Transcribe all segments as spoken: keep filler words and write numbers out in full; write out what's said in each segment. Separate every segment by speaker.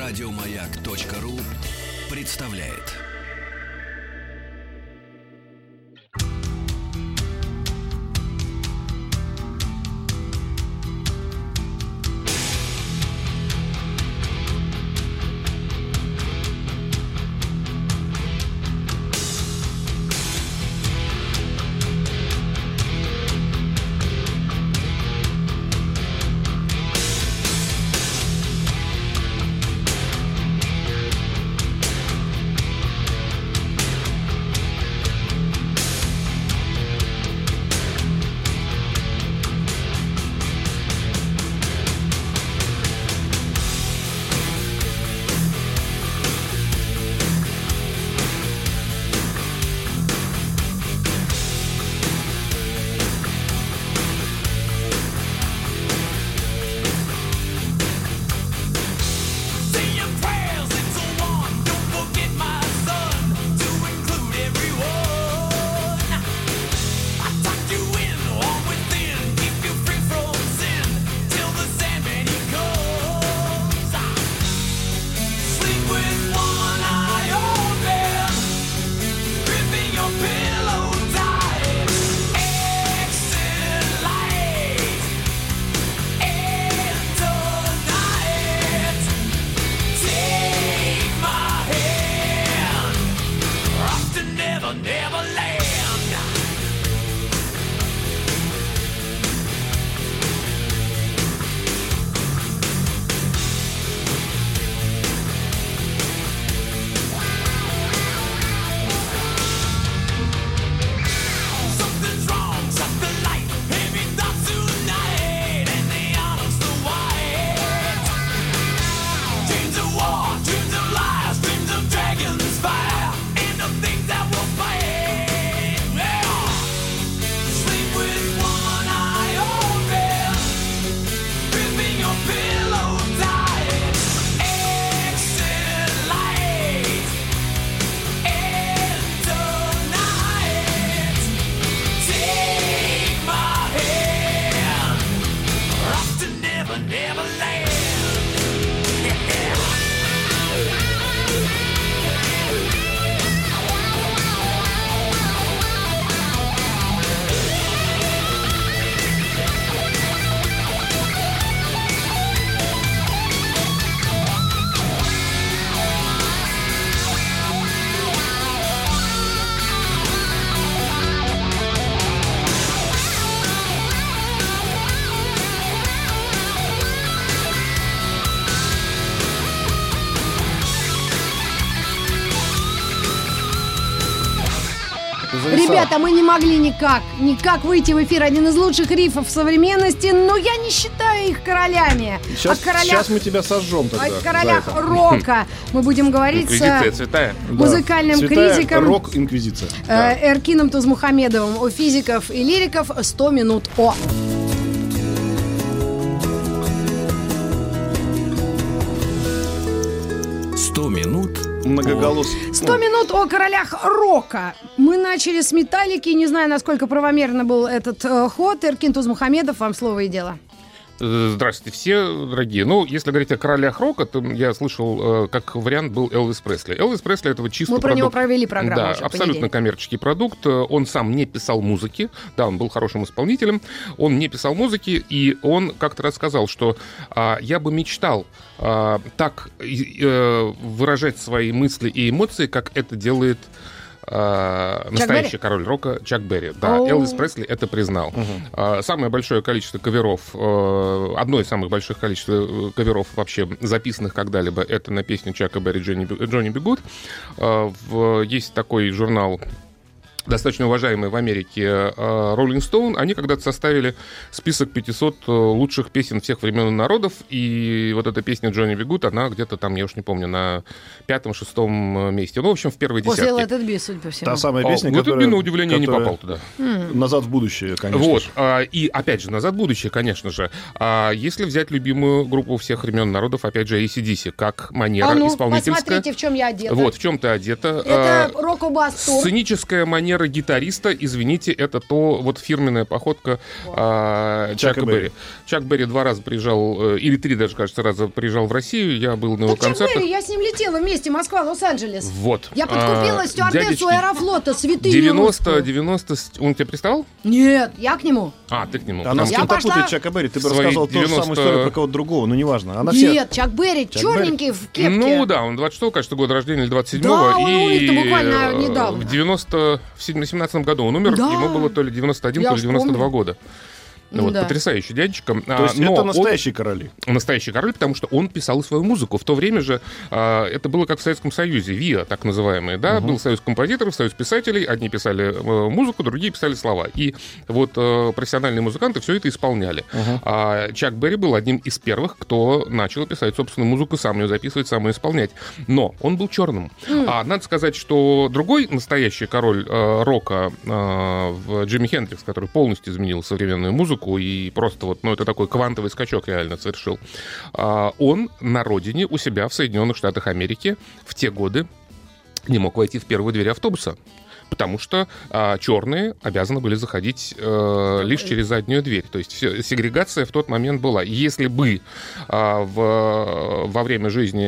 Speaker 1: Радиомаяк.ру представляет.
Speaker 2: Ребята, мы не могли никак, никак выйти в эфир. Один из лучших рифов современности, но я не считаю их королями.
Speaker 3: Сейчас,
Speaker 2: о королях,
Speaker 3: сейчас мы тебя сожжем тогда.
Speaker 2: О королях рока мы будем говорить
Speaker 4: Инквизиция
Speaker 2: с
Speaker 4: святая.
Speaker 2: музыкальным
Speaker 3: да. святая
Speaker 2: критиком
Speaker 3: рок-инквизиция.
Speaker 2: э, да. Эркином Тузмухамедовым. У физиков и лириков сто минут о.
Speaker 1: сто минут.
Speaker 3: Многоголос.
Speaker 2: Сто минут о королях рока. Мы начали с Металлики. Не знаю, насколько правомерно был этот э, ход. Эркин Тузмухамедов, вам слово и дело.
Speaker 4: Здравствуйте все, дорогие. Ну, если говорить о королях рока, то я слышал, как вариант был Элвис Пресли. Элвис Пресли — это вот чисто
Speaker 2: Мы про
Speaker 4: продукт...
Speaker 2: него провели программу.
Speaker 4: Да,
Speaker 2: уже
Speaker 4: абсолютно коммерческий продукт. Он сам не писал музыки. Да, он был хорошим исполнителем. Он не писал музыки, и он как-то рассказал, что а, я бы мечтал а, так а, выражать свои мысли и эмоции, как это делает... Uh, настоящий
Speaker 2: Берри?
Speaker 4: король рока Чак Берри. Да,
Speaker 2: Oh.
Speaker 4: Элвис Пресли это признал. Uh-huh. Uh, самое большое количество каверов, uh, одно из самых больших количеств каверов вообще записанных когда-либо, это на песню Чака Берри «Джонни Би Гуд». Uh, в, есть такой журнал, достаточно уважаемые в Америке Rolling Stone, они когда-то составили список пятисот лучших песен всех времен и народов, и вот эта песня «Джонни Би Гуд», она где-то там, я уж не помню, на пятом-шестом месте. Ну, в общем, в первой десятке.
Speaker 2: После Let It Be, судя по всему.
Speaker 3: Та самая песня,
Speaker 4: Let
Speaker 3: которая...
Speaker 4: It Be, на удивление, не попал туда.
Speaker 2: Mm.
Speaker 3: «Назад в будущее», конечно.
Speaker 4: Вот,
Speaker 3: же.
Speaker 4: а, и опять же, «Назад в будущее», конечно же. А если взять любимую группу всех времен и народов, опять же, эй си ди си, как манера
Speaker 2: а ну,
Speaker 4: исполнительская.
Speaker 2: Посмотрите, в чем я одета.
Speaker 4: Вот, в чем ты одета.
Speaker 2: Это
Speaker 4: а,
Speaker 2: рок-убас-тур.
Speaker 4: Сценическая манера манера гитариста, извините, это то вот фирменная походка а, Чака, Чака Берри. Берри. Чак Берри два раза приезжал, или три даже, кажется, раза приезжал в Россию, я был на его
Speaker 2: так
Speaker 4: концертах.
Speaker 2: Чак Берри, я с ним летела вместе, Москва, Лос-Анджелес.
Speaker 4: Вот.
Speaker 2: Я подкупила а, стюардессу
Speaker 4: дядечки,
Speaker 2: Аэрофлота, святыню
Speaker 4: девяносто, девяносто, он тебе приставал?
Speaker 2: Нет, я к нему.
Speaker 4: А, ты к нему.
Speaker 3: Она с кем-то
Speaker 2: пошла...
Speaker 3: путает Чака Берри, ты бы рассказывал девяносто... ту же самую историю про кого-то другого, ну неважно. Она
Speaker 2: Нет,
Speaker 3: все...
Speaker 2: Чак Берри,
Speaker 3: Чак
Speaker 2: черненький
Speaker 3: Берри.
Speaker 2: в кепке.
Speaker 4: Ну да, он двадцать шестого, кажется, года рождения, или двадцать седьмого.
Speaker 2: Да, он
Speaker 4: и
Speaker 2: умер-то буквально недавно.
Speaker 4: В девяносто, в семнадцатом году он умер,
Speaker 2: да.
Speaker 4: ему было то ли девяносто один,
Speaker 2: я
Speaker 4: то ли девяносто два года. Вот,
Speaker 2: да.
Speaker 4: Потрясающий дядечка.
Speaker 3: То есть
Speaker 4: Но
Speaker 3: это настоящие
Speaker 4: он,
Speaker 3: короли?
Speaker 4: Настоящий король, потому что он писал свою музыку. В то время же а, это было как в Советском Союзе, ВИА, так называемые. Да? Uh-huh. Был союз композиторов, союз писателей. Одни писали э, музыку, другие писали слова. И вот э, профессиональные музыканты все это исполняли. Uh-huh. А Чак Берри был одним из первых, кто начал писать собственную музыку, сам ее записывать, сам ее исполнять. Но он был черным. Uh-huh. А надо сказать, что другой настоящий король э, рока э, в Джимми Хендрикс, который полностью изменил современную музыку и просто вот, ну, это такой квантовый скачок реально совершил. Он на родине у себя в Соединенных Штатах Америки в те годы не мог войти в первую дверь автобуса, потому что а, черные обязаны были заходить а, лишь через заднюю дверь. То есть все, сегрегация в тот момент была. Если бы а, в, во время жизни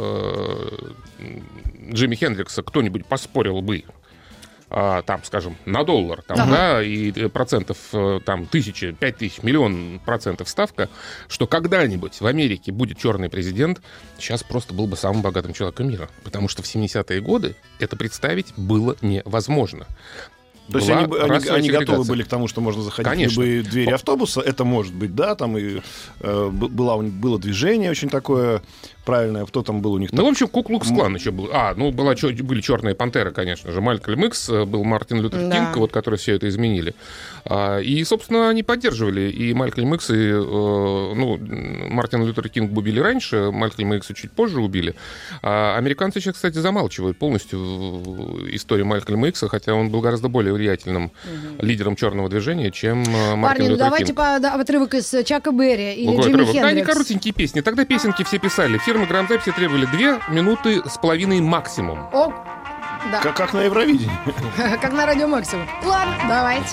Speaker 4: а, Джимми Хендрикса кто-нибудь поспорил бы, там, скажем, на доллар, там, ага. да, и процентов, там, тысячи, пять тысяч, миллион процентов ставка, что когда-нибудь в Америке будет черный президент, сейчас просто был бы самым богатым человеком мира. Потому что в семидесятые годы это представить было невозможно.
Speaker 3: То есть они, они, они готовы были к тому, что можно заходить Конечно. в любые двери автобуса. Это может быть, да, там и э, было, было движение очень такое правильное. Кто там был у них?
Speaker 4: Ну,
Speaker 3: так...
Speaker 4: в общем, Ку-Клукс-Клан еще был. А, ну, была, были черные пантеры, конечно же. Малькольм Икс, был Мартин Лютер да. Кинг, вот, которые все это изменили. А, и, собственно, они поддерживали. И Малькольм Икс, и, э, ну, Мартин Лютер Кинг убили раньше, Малькольма Икса чуть позже убили. А американцы сейчас, кстати, замалчивают полностью историю Малькольма Икса, хотя он был гораздо более влиятельным угу. лидером черного движения, чем Мартин
Speaker 2: Парни,
Speaker 4: Лютер
Speaker 2: давайте
Speaker 4: Кинг.
Speaker 2: По, да, отрывок из Чака Берри или
Speaker 4: Какой
Speaker 2: Джимми
Speaker 4: отрывок?
Speaker 2: Хендрикс.
Speaker 4: Да, они коротенькие песни. Тогда песенки все писали. Фирмы грамзаписи требовали две минуты с половиной максимум.
Speaker 2: О, да.
Speaker 3: Как, как на Евровидении.
Speaker 2: Как на Радио Максимум. Ладно, давайте.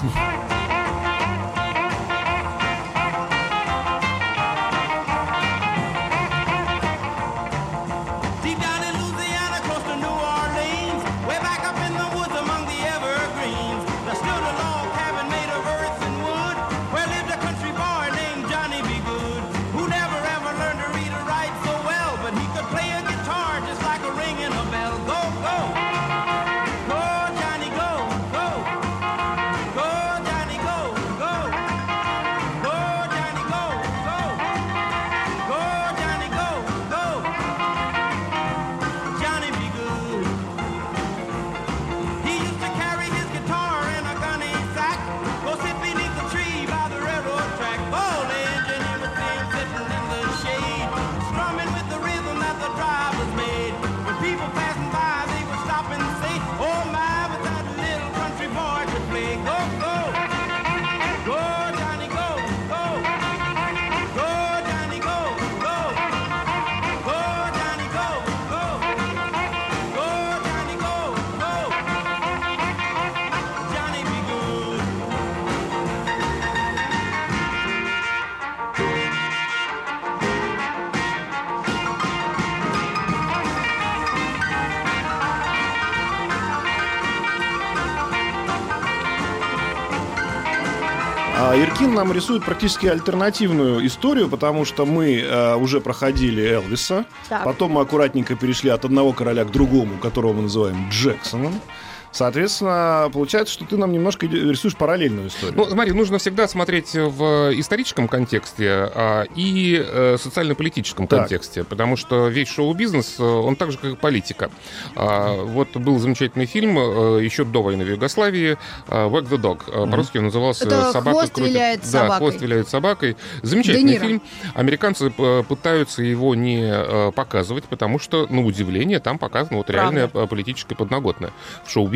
Speaker 3: Иркин нам рисует практически альтернативную историю, потому что мы э, уже проходили Элвиса, так. потом мы аккуратненько перешли от одного короля к другому, которого мы называем Джексоном. Соответственно, получается, что ты нам немножко рисуешь параллельную историю.
Speaker 4: Ну, смотри, нужно всегда смотреть в историческом контексте а, и э, социально-политическом так. контексте, потому что весь шоу-бизнес, он так же, как и политика. А, вот был замечательный фильм э, еще до войны в Югославии «Wag the Dog». Mm-hmm. По-русски он назывался
Speaker 2: Это
Speaker 4: «Собака
Speaker 2: хвост
Speaker 4: крутит».
Speaker 2: виляет
Speaker 4: да,
Speaker 2: собакой.
Speaker 4: «Хвост виляет собакой». Замечательный фильм. Американцы пытаются его не показывать, потому что, на удивление, там показано вот реальная политическая подноготная. В шоу-бизнесе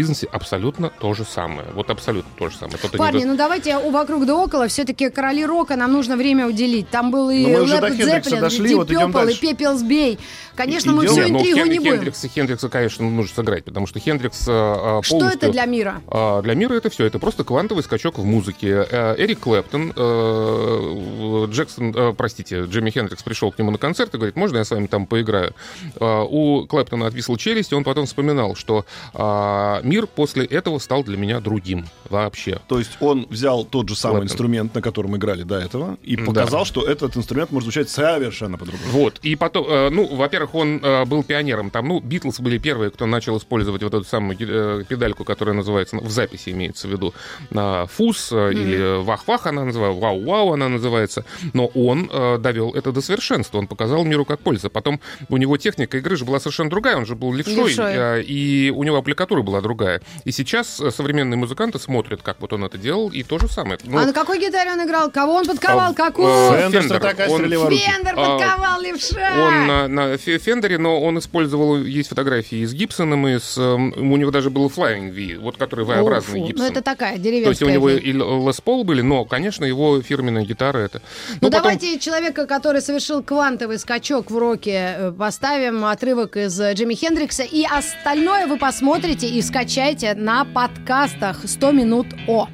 Speaker 4: шоу-бизнесе абсолютно то же самое. Вот абсолютно то же самое. Кто-то
Speaker 2: Парни,
Speaker 4: не...
Speaker 2: ну давайте у «Вокруг да около» все-таки короли рока нам нужно время уделить. Там был и Лед Зеппелин, и Дип Перпл, и Пепел Сбей. Конечно, идем. Мы всю
Speaker 4: не,
Speaker 2: интригу
Speaker 4: ну,
Speaker 2: не будем.
Speaker 4: Хендрикса, Хендрикса, конечно, нужно сыграть, потому что Хендрикс а, полностью...
Speaker 2: Что это для мира?
Speaker 4: А, для мира это все. Это просто квантовый скачок в музыке. А, Эрик Клэптон, а, Джексон, а, простите, Джимми Хендрикс пришел к нему на концерт и говорит, можно я с вами там поиграю? А, у Клэптона отвисла челюсть, и он потом вспоминал, что а, мир после этого стал для меня другим вообще.
Speaker 3: То есть он взял тот же самый Клэптон. инструмент, на котором играли до этого, и показал, да. что этот инструмент может звучать совершенно по-другому.
Speaker 4: Вот. И потом, а, ну, во-первых, он а, был пионером. Там, ну, Битлз были первые, кто начал использовать вот эту самую э, педальку, которая называется, в записи имеется в виду, э, фуз э, mm-hmm. или вах-вах она называется, вау-вау она называется. Но он э, довел это до совершенства. Он показал миру, как пользоваться. Потом у него техника игры же была совершенно другая. Он же был левшой, левшой. Э, и у него аппликатура была другая. И сейчас современные музыканты смотрят, как вот он это делал, и то же самое. Ну,
Speaker 2: а на какой гитаре он играл? Кого он подковал?
Speaker 4: А,
Speaker 2: Какую?
Speaker 3: Фендер, Фендер,
Speaker 2: он, Фендер подковал левша!
Speaker 4: Он на, на Фендере, но он использовал, есть фотографии и с Гибсоном, и с... У него даже был Flying V, вот который V-образный
Speaker 2: О,
Speaker 4: Гибсон.
Speaker 2: Ну это такая деревенская.
Speaker 4: То есть у него и Лес Пол были, но, конечно, его фирменная гитара это...
Speaker 2: Ну, ну потом... давайте человека, который совершил квантовый скачок в роке, поставим отрывок из Джимми Хендрикса, и остальное вы посмотрите и скачайте на подкастах сто минут О.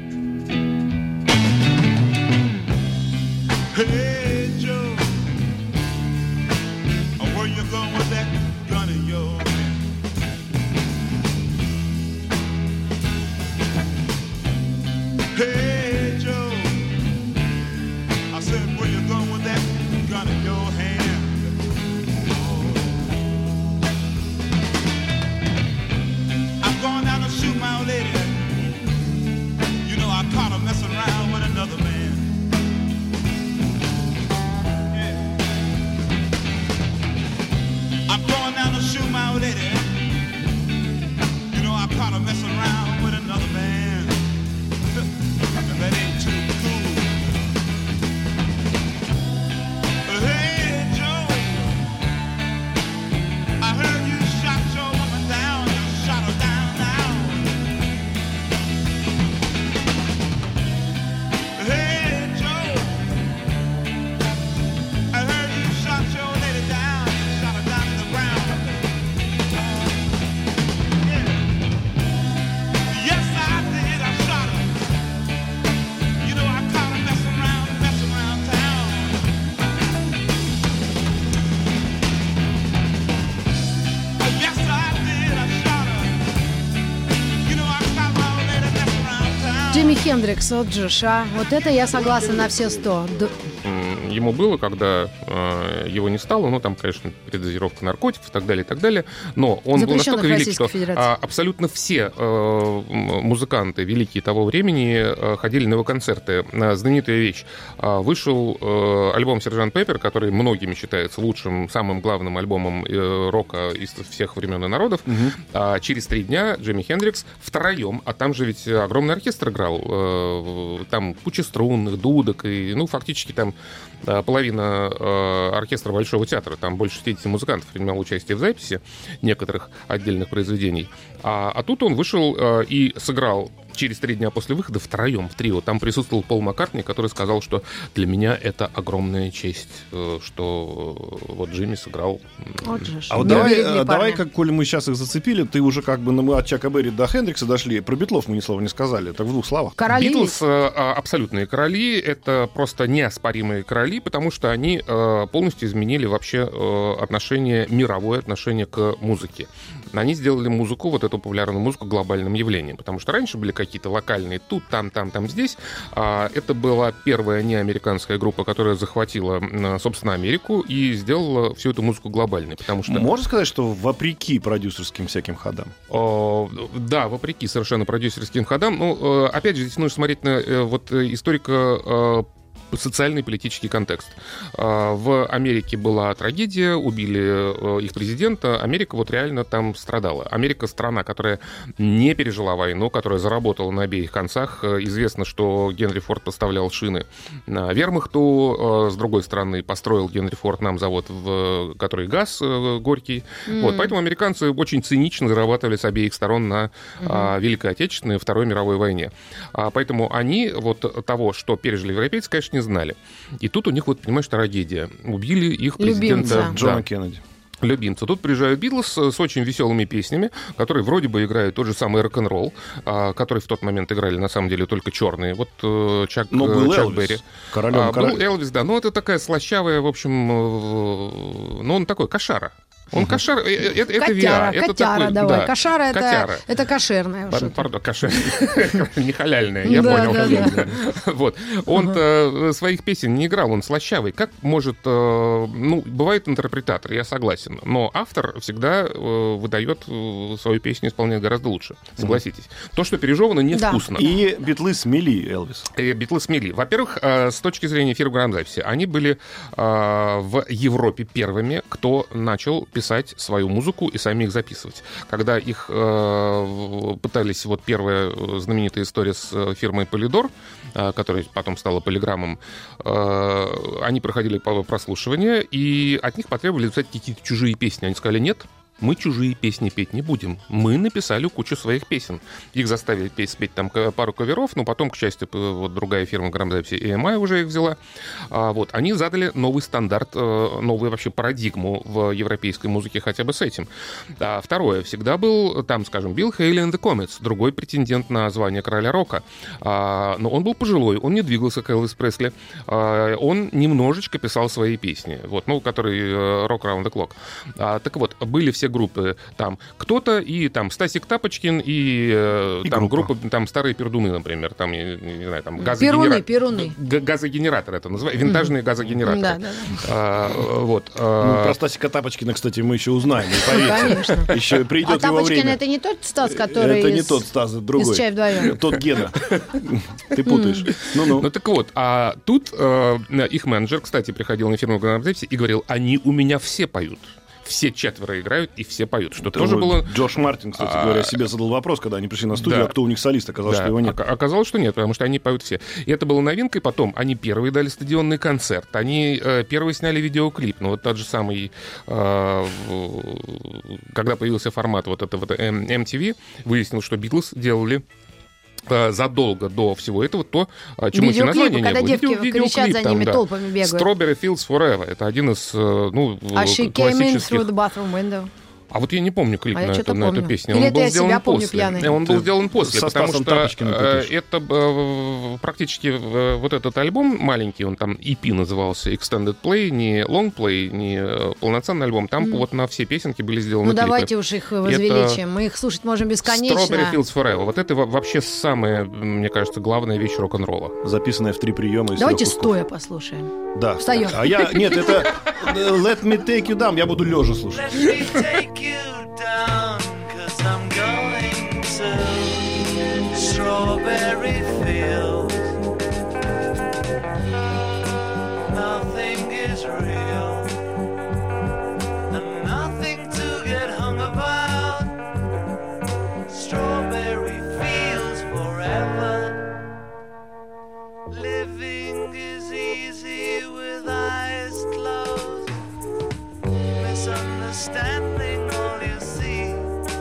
Speaker 5: Hey Joe, where you going with that gun of yours? Hey Joe, I said, where you going with that gun in your hand? I'm going down to shoot my old lady. You know I caught her messing around with another man. I'm going down to shoot my old lady. You know I caught her messing around with another man. And that ain't too cool. But hey Joe, I heard you shot your woman down. You shot her down now. Hey Joe, I heard you shot your lady down. You shot her down to the ground. Yeah. Yes, I did. I shot her. You know I caught her messing around, messing around town. Yes, I did. I shot her. You know I caught my old lady messing around town.
Speaker 2: Джимми Хендрикс, вот же, а. Вот это я согласна на все сто. Д-
Speaker 4: Ему было, когда э, его не стало, ну, там, конечно, передозировка наркотиков и так далее, и так далее, но он был настолько велик, что а, абсолютно все э, музыканты великие того времени э, ходили на его концерты. Знаменитая вещь. А, вышел э, альбом «Сержант Пеппер», который многими считается лучшим, самым главным альбомом э, рока из всех времен и народов. Угу. А, через три дня Джимми Хендрикс втроем, а там же ведь огромный оркестр играл, э, там куча струнных, дудок, и, ну, фактически там половина э, оркестра Большого театра, там больше шестьдесят музыкантов принимало участие в записи некоторых отдельных произведений. А, а тут он вышел э, и сыграл через три дня после выхода втроем, в трио. Там присутствовал Пол Маккартни, который сказал, что для меня это огромная честь, э, что э, вот Джимми сыграл.
Speaker 2: Вот же,
Speaker 3: а вот давай, давай, как, коли мы сейчас их зацепили, ты уже как бы мы от Чака Берри до Хендрикса дошли, про Битлов мы ни слова не сказали, так в двух словах.
Speaker 2: Короли.
Speaker 4: Битлз э, абсолютные короли, это просто неоспоримые короли, потому что они э, полностью изменили вообще э, отношение, мировое отношение к музыке. Они сделали музыку, вот эту популярную музыку, глобальным явлением, потому что раньше были какие-то локальные тут, там, там, там, здесь. А, это была первая неамериканская группа, которая захватила, собственно, Америку и сделала всю эту музыку глобальной, потому что...
Speaker 3: Можно сказать, что вопреки продюсерским всяким ходам?
Speaker 4: О, да, вопреки совершенно продюсерским ходам. Ну, опять же, здесь нужно смотреть на вот историка социальный и политический контекст. В Америке была трагедия, убили их президента. Америка вот реально там страдала. Америка — страна, которая не пережила войну, которая заработала на обеих концах. Известно, что Генри Форд поставлял шины на вермахту. С другой стороны, построил Генри Форд нам завод, в который газ горький. Mm. Вот, поэтому американцы очень цинично зарабатывали с обеих сторон на mm-hmm. Великой Отечественной и Второй мировой войне. Поэтому они вот того, что пережили европейцы, конечно, не знали. И тут у них, вот, понимаешь, трагедия. Убили их президента
Speaker 2: Любимца.
Speaker 3: Джона
Speaker 4: да.
Speaker 3: Кеннеди.
Speaker 4: Любимца. Тут приезжают Битлз с очень веселыми песнями, которые вроде бы играют тот же самый рок-н-ролл, который в тот момент играли на самом деле только черные. Вот Чак,
Speaker 3: Но был
Speaker 4: Чак
Speaker 3: Элвис.
Speaker 4: Берри.
Speaker 3: Королем,
Speaker 4: а,
Speaker 3: король.
Speaker 4: Был Элвис, да. Ну, это такая слащавая, в общем, ну, он такой кошара. Он кошар, это, это
Speaker 2: котяра,
Speaker 4: ви ар. Это
Speaker 2: котяра,
Speaker 4: такой,
Speaker 2: давай.
Speaker 4: Да,
Speaker 2: Кошара это,
Speaker 4: котяра.
Speaker 2: это кошерное.
Speaker 4: Пардон, пардон, кошерное. Не халяльное, я
Speaker 2: Да,
Speaker 4: понял.
Speaker 2: да, да.
Speaker 4: Вот. Он своих песен не играл, он слащавый. Как может... Ну, бывает интерпретатор, я согласен. Но автор всегда выдает свою песню, исполняет гораздо лучше. Согласитесь. То, что пережевано, невкусно.
Speaker 3: И Битлы смели Элвис.
Speaker 4: Битлы смели. Во-первых, с точки зрения эфира грамзаписи, они были в Европе первыми, кто начал писать свою музыку и сами их записывать. Когда их э, пытались, вот первая знаменитая история с фирмой Polydor, э, которая потом стала Полиграммом, э, они проходили прослушивание, и от них потребовали записать какие-то чужие песни. Они сказали: нет, мы чужие песни петь не будем. Мы написали кучу своих песен. Их заставили петь, спеть там пару каверов, но потом, к счастью, вот другая фирма грамзаписи и эм ай уже их взяла. А, вот, они задали новый стандарт, новую вообще парадигму в европейской музыке хотя бы с этим. А, второе. Всегда был там, скажем, Билл Хейли and the Comets, другой претендент на звание короля рока. А, но он был пожилой, он не двигался, как Элвис Пресли. А, он немножечко писал свои песни, вот, ну, который Rock Around the Clock. А, так вот, были все группы, там кто-то, и там Стасик Тапочкин, и, и там группа. группа, там старые пердуны, например, там, не, не знаю, там газогенератор.
Speaker 2: Перуны, перуны.
Speaker 4: Газогенератор это называется, винтажные mm-hmm. газогенераторы.
Speaker 2: Да, да, да.
Speaker 4: А, вот. А...
Speaker 3: Ну, про Стасика Тапочкина, кстати, мы еще узнаем, поверьте.
Speaker 2: Конечно.
Speaker 3: Еще придет
Speaker 2: а
Speaker 3: его
Speaker 2: Тапочкин
Speaker 3: время.
Speaker 2: Это не тот Стас, который
Speaker 3: Это
Speaker 2: из...
Speaker 3: не тот Стас, это другой.
Speaker 2: Из «Чай вдвоем».
Speaker 3: Тот Гена. Ты путаешь. Ну-ну.
Speaker 4: Ну так вот, а тут э, их менеджер, кстати, приходил на фирму грамзаписи и говорил: они у меня все поют. Все четверо играют и все поют, что это тоже было...
Speaker 3: Джош Мартин, кстати а... говоря, себе задал вопрос, когда они пришли на студию, да. а кто у них солист, оказалось, да. что его нет.
Speaker 4: Оказалось, что нет, потому что они поют все. И это было новинкой. Потом они первые дали стадионный концерт, они э, первые сняли видеоклип. Ну вот тот же самый, э, когда появился формат вот этого эм ти ви, выяснилось, что Битлз делали задолго до всего этого то, чему еще название не было.
Speaker 2: Когда девки
Speaker 4: Видео,
Speaker 2: кричат за
Speaker 4: там,
Speaker 2: ними,
Speaker 4: да.
Speaker 2: толпами бегают.
Speaker 4: Strawberry Fields Forever. Это один из ну,
Speaker 2: а she
Speaker 4: классических...
Speaker 2: came in through the bathroom window.
Speaker 4: А вот я не помню клип
Speaker 2: а
Speaker 4: на, эту, на эту песню.
Speaker 2: Или
Speaker 4: он был
Speaker 2: я
Speaker 4: сделан
Speaker 2: себя помню
Speaker 4: после.
Speaker 2: пьяный.
Speaker 4: Он был сделан после,
Speaker 3: Со
Speaker 4: потому
Speaker 3: Стасом
Speaker 4: что это э, практически э, вот этот альбом маленький, он там и пи назывался, Extended Play, не Long Play, не э, полноценный альбом. Там mm. вот на все песенки были сделаны
Speaker 2: Ну
Speaker 4: клипы.
Speaker 2: давайте уж их возвеличим. Мы их слушать можем бесконечно.
Speaker 4: Strawberry Fields Forever. Вот это вообще самая, мне кажется, главная вещь рок-н-ролла.
Speaker 3: Записанная в три приема. Из
Speaker 2: давайте стоя послушаем.
Speaker 3: Да.
Speaker 2: Встаем.
Speaker 3: А я... Нет, это Let Me Take You Down. Я буду лежа слушать.
Speaker 6: I'm going to strawberry fields. Nothing is real, and nothing to get hung about. Strawberry fields forever. Living is easy with eyes closed. Misunderstanding all you see.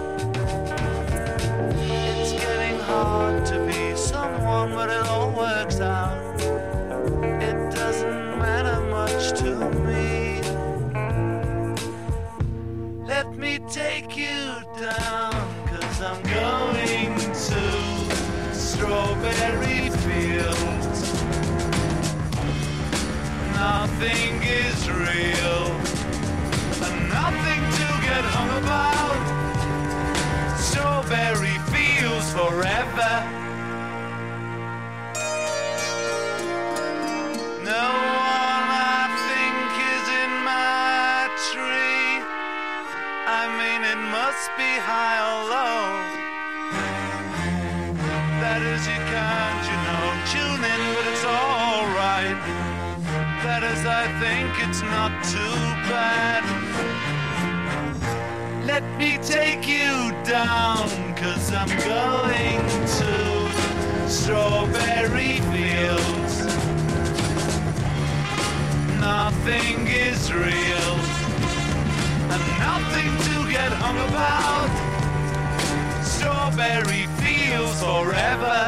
Speaker 6: Hard to be someone, but it all works out. It doesn't matter much to me. Let me take you down, 'cause I'm going to strawberry fields. Nothing is real, and nothing to get hung about. Strawberry fields forever. No one I think is in my tree. I mean, it must be high or low. That is, you can't, you know, tune in, but it's alright. bad as I think, it's not too bad. Let me take you down, 'cause I'm going to strawberry fields. Nothing is real, and nothing to get hung about. Strawberry fields forever.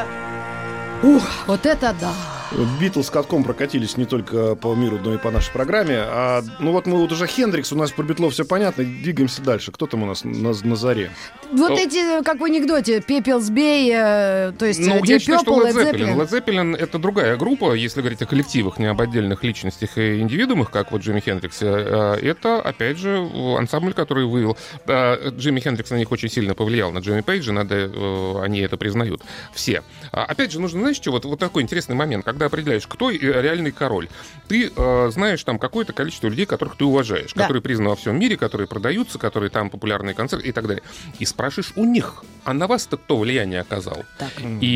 Speaker 2: Ух, вот это да!
Speaker 3: Битлз катком прокатились не только по миру, но и по нашей программе. А, ну вот мы вот уже Хендрикс, у нас про Битлов все понятно. Двигаемся дальше. Кто там у нас на, на заре?
Speaker 2: Вот
Speaker 4: Ну,
Speaker 2: эти, как в анекдоте, Пепелс Бей, э, то есть
Speaker 4: Ну,
Speaker 2: Deep
Speaker 4: я считаю, что
Speaker 2: Purple,
Speaker 4: Led
Speaker 2: Led
Speaker 4: Zeppelin.
Speaker 2: Zeppelin.
Speaker 4: Led Zeppelin — это другая группа, если говорить о коллективах, не об отдельных личностях и индивидуумах, как вот Джимми Хендрикс. Это, опять же, ансамбль, который вывел... А, Джимми Хендрикс на них очень сильно повлиял, на Джимми Пейджа, надо, э, они это признают. Все. А, опять же, нужно, знаешь, что, вот, вот такой интересный момент, когда определяешь, кто реальный король. Ты э, знаешь там какое-то количество людей, которых ты уважаешь,
Speaker 2: Да.
Speaker 4: которые признаны во всем мире, которые продаются, которые там популярные концерты и так далее. И спрашиваешь у них, а на вас-то кто влияние оказал?
Speaker 2: Так.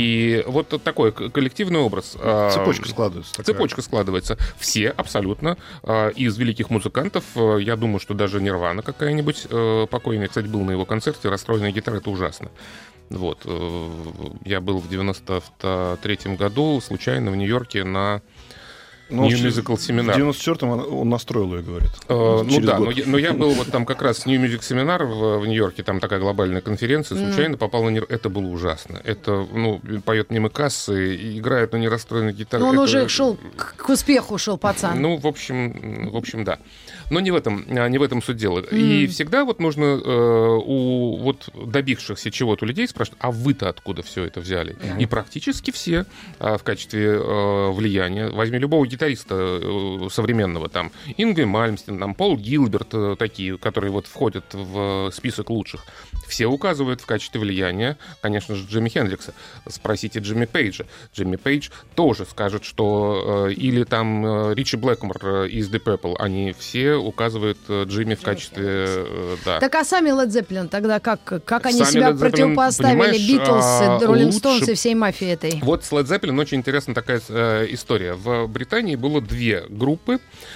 Speaker 4: И вот такой к- коллективный образ. э,
Speaker 3: Цепочка складывается. такая.
Speaker 4: Цепочка складывается. Все абсолютно э, из великих музыкантов. э, Я думаю, что даже Нирвана какая-нибудь э, покойная. Кстати, был на его концерте. Расстроенная гитара — это ужасно. Вот. э, Я был в девяносто третьем году случайно в Нью-Йорке на
Speaker 3: Ну,
Speaker 4: New
Speaker 3: в-
Speaker 4: Musical
Speaker 3: В
Speaker 4: Seminar.
Speaker 3: девяносто четвёртом он- он настроил ее, говорит.
Speaker 4: Э, ну
Speaker 3: Через
Speaker 4: да,
Speaker 3: год.
Speaker 4: но я, но я был вот там как раз New Music Seminar в, в Нью-Йорке, там такая глобальная конференция, случайно попал на Нир... Это было ужасно. Это, ну, поет мимо кассы, и играет на нерастроенной гитаре.
Speaker 2: Ну, он
Speaker 4: Это-
Speaker 2: уже шел к, к успеху, шел пацан.
Speaker 4: Ну, в общем, в общем, да. Но не в этом, а, не в этом суть дела. И всегда вот нужно э, у вот добившихся чего-то людей спрашивать, а вы-то откуда все это взяли? И практически все а, в качестве э, влияния. Возьми любого гитариста э, современного, там, Ингви Мальмстен, там, Пол Гилберт, э, такие, которые вот входят в список лучших. Все указывают в качестве влияния, конечно же, Джимми Хендрикса. Спросите Джимми Пейджа. Джимми Пейдж тоже скажет, что э, или там э, Ричи Блэкмор э, из The Purple, они все указывают э, Джимми в качестве... э, да.
Speaker 2: Так а сами Led Zeppelin тогда как, как они
Speaker 4: Сами
Speaker 2: себя
Speaker 4: Led Zeppelin,
Speaker 2: противопоставили
Speaker 4: понимаешь,
Speaker 2: Битлз,
Speaker 4: а,
Speaker 2: Роллинг
Speaker 4: лучше-
Speaker 2: Стоунс и всей мафии этой?
Speaker 4: Вот с Led Zeppelin очень интересная такая э, история. В Британии было две группы,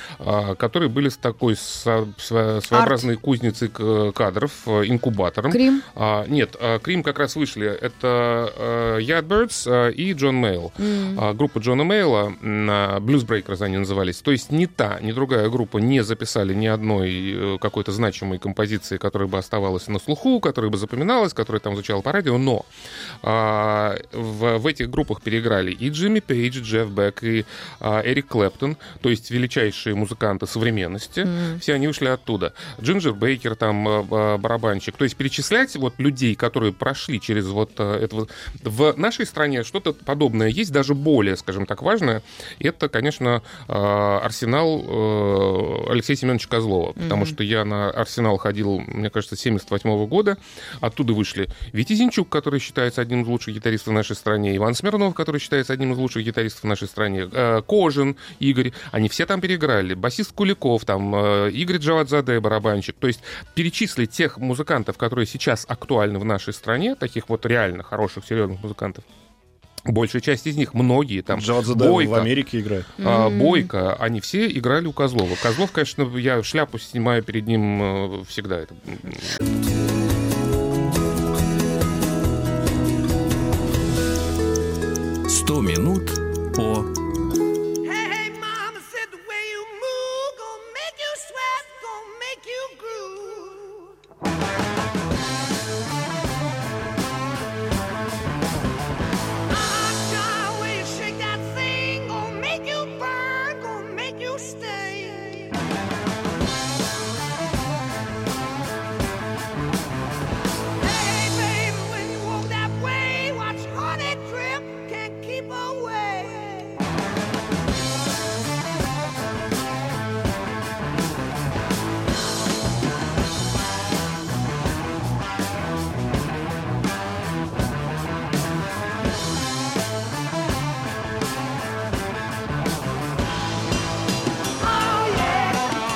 Speaker 4: э, которые были с такой со- сво- своеобразной кузницей к- кадров, э, инкубатором.
Speaker 2: Крим?
Speaker 4: А, нет, а, Крим как раз вышли. Это э, Yardbirds э, и Джон Мейл. А, группа Джона Мейла, на Blues Breakers они назывались. То есть ни та, ни другая группа не записали ни одной э, какой-то значимой композиции, которая бы оставалась на слуху, которая бы запоминалась, которая там звучала по радио. Но а, в, в этих группах переиграли и Джимми Пейдж, и Джефф Бек, и а, Эрик Клэптон, то есть величайшие музыканты современности. Все они вышли оттуда. Джинджер Бейкер, там а, а, барабанщик. То есть перечислять вот людей, которые прошли через вот а, это вот. В нашей стране что-то подобное есть, даже более, скажем так, важное. Это, конечно, а, арсенал а, Алексея Семеновича Козлова. Потому что я на арсенал ходил, мне кажется, семьдесят восьмого года. Оттуда вышли Витя Зинчук, который считается одним из лучших гитаристов в нашей стране, Иван Смирнов, который считается одним из лучших гитаристов в нашей стране, э, Кожин, Игорь. Они все там переиграли. Басист Куликов, там, э, Игорь Джавадзаде, барабанщик. То есть перечислить тех музыкантов, которые сейчас актуальны в нашей стране, таких вот реально хороших, серьезных музыкантов, большая часть из них, многие там,
Speaker 3: Джавадзаде
Speaker 4: Бойко,
Speaker 3: в Америке играет.
Speaker 4: а, Бойко, они все играли у Козлова. Козлов, конечно, я шляпу снимаю перед ним э, всегда. Это...
Speaker 1: сто минут по...
Speaker 6: Hey, hey, mama said the way you move gonna make you sweat, gonna make you groove. Ah, child, way you shake that thing gonna make you burn, gonna make you stay. Hey, baby, when you walk that way, watch honey drip, can't keep away. Oh yeah,